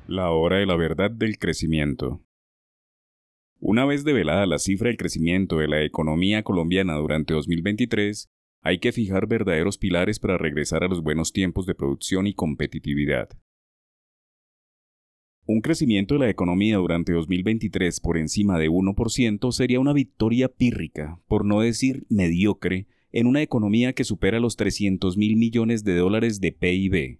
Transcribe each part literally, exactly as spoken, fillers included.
La hora de la verdad del crecimiento. Una vez develada la cifra del crecimiento de la economía colombiana durante dos mil veintitrés, hay que fijar verdaderos pilares para regresar a los buenos tiempos de producción y competitividad. Un crecimiento de la economía durante dos mil veintitrés por encima de uno por ciento sería una victoria pírrica, por no decir mediocre, en una economía que supera los trescientos mil millones de dólares de P I B.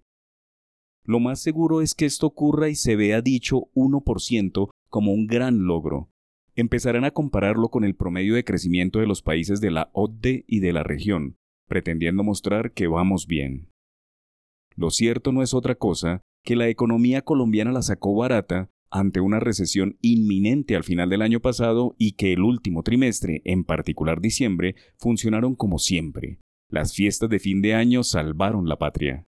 Lo más seguro es que esto ocurra y se vea dicho uno por ciento como un gran logro. Empezarán a compararlo con el promedio de crecimiento de los países de la O C D E y de la región, pretendiendo mostrar que vamos bien. Lo cierto no es otra cosa que la economía colombiana la sacó barata ante una recesión inminente al final del año pasado y que el último trimestre, en particular diciembre, funcionaron como siempre. Las fiestas de fin de año salvaron la patria.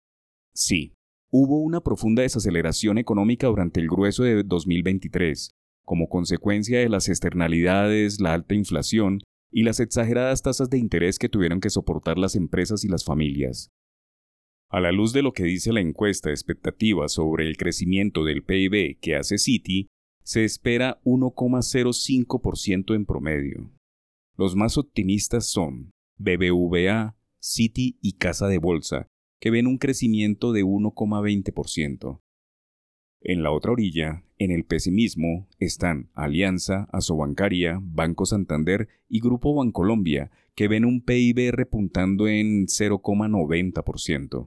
Sí, hubo una profunda desaceleración económica durante el grueso de dos mil veintitrés, como consecuencia de las externalidades, la alta inflación y las exageradas tasas de interés que tuvieron que soportar las empresas y las familias. A la luz de lo que dice la encuesta de expectativas sobre el crecimiento del P I B que hace Citi, se espera uno coma cero cinco por ciento en promedio. Los más optimistas son B B V A, Citi y Casa de Bolsa, que ven un crecimiento de uno coma veinte por ciento. En la otra orilla, en el pesimismo, están Alianza, Asobancaria, Banco Santander y Grupo Bancolombia, que ven un P I B repuntando en cero coma noventa por ciento.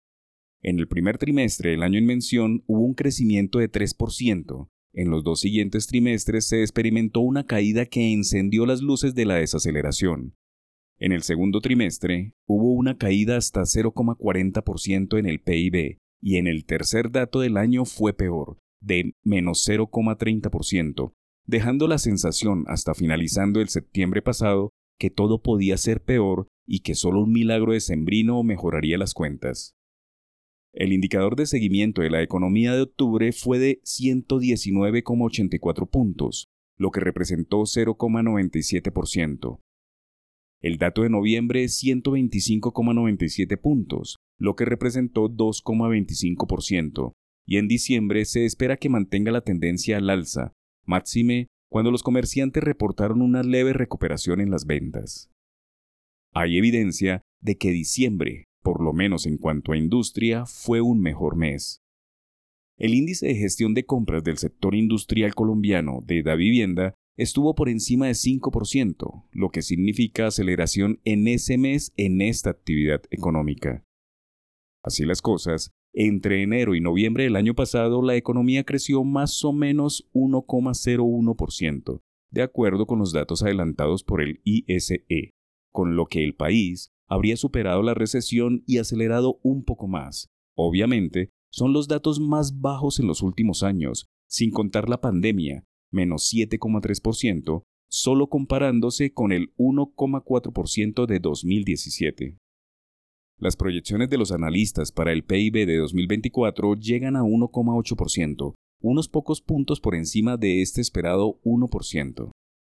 En el primer trimestre del año en mención hubo un crecimiento de tres por ciento. En los dos siguientes trimestres se experimentó una caída que encendió las luces de la desaceleración. En el segundo trimestre hubo una caída hasta cero coma cuarenta por ciento en el P I B y en el tercer dato del año fue peor, de menos cero coma treinta por ciento, dejando la sensación hasta finalizando el septiembre pasado que todo podía ser peor y que solo un milagro decembrino mejoraría las cuentas. El indicador de seguimiento de la economía de octubre fue de ciento diecinueve coma ochenta y cuatro puntos, lo que representó cero coma noventa y siete por ciento. El dato de noviembre es ciento veinticinco coma noventa y siete puntos, lo que representó dos coma veinticinco por ciento, y en diciembre se espera que mantenga la tendencia al alza, máxime cuando los comerciantes reportaron una leve recuperación en las ventas. Hay evidencia de que diciembre, por lo menos en cuanto a industria, fue un mejor mes. El índice de gestión de compras del sector industrial colombiano de Davivienda estuvo por encima de cinco por ciento, lo que significa aceleración en ese mes en esta actividad económica. Así las cosas, entre enero y noviembre del año pasado la economía creció más o menos uno coma cero uno por ciento, de acuerdo con los datos adelantados por el I S E, con lo que el país habría superado la recesión y acelerado un poco más. Obviamente, son los datos más bajos en los últimos años, sin contar la pandemia, menos siete coma tres por ciento, solo comparándose con el uno coma cuatro por ciento de dos mil diecisiete. Las proyecciones de los analistas para el P I B de dos mil veinticuatro llegan a uno coma ocho por ciento, unos pocos puntos por encima de este esperado uno por ciento.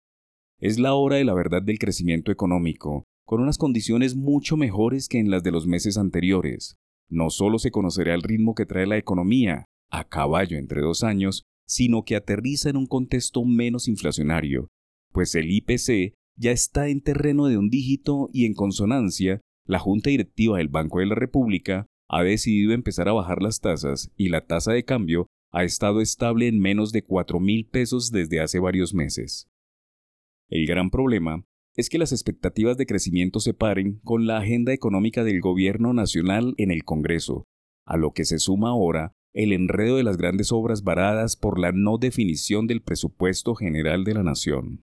Es la hora de la verdad del crecimiento económico, con unas condiciones mucho mejores que en las de los meses anteriores. No solo se conocerá el ritmo que trae la economía, a caballo entre dos años, sino que aterriza en un contexto menos inflacionario, pues el I P C ya está en terreno de un dígito y en consonancia, la Junta Directiva del Banco de la República ha decidido empezar a bajar las tasas y la tasa de cambio ha estado estable en menos de cuatro mil pesos desde hace varios meses. El gran problema es que las expectativas de crecimiento se paren con la agenda económica del gobierno nacional en el Congreso, a lo que se suma ahora el enredo de las grandes obras varadas por la no definición del presupuesto general de la nación.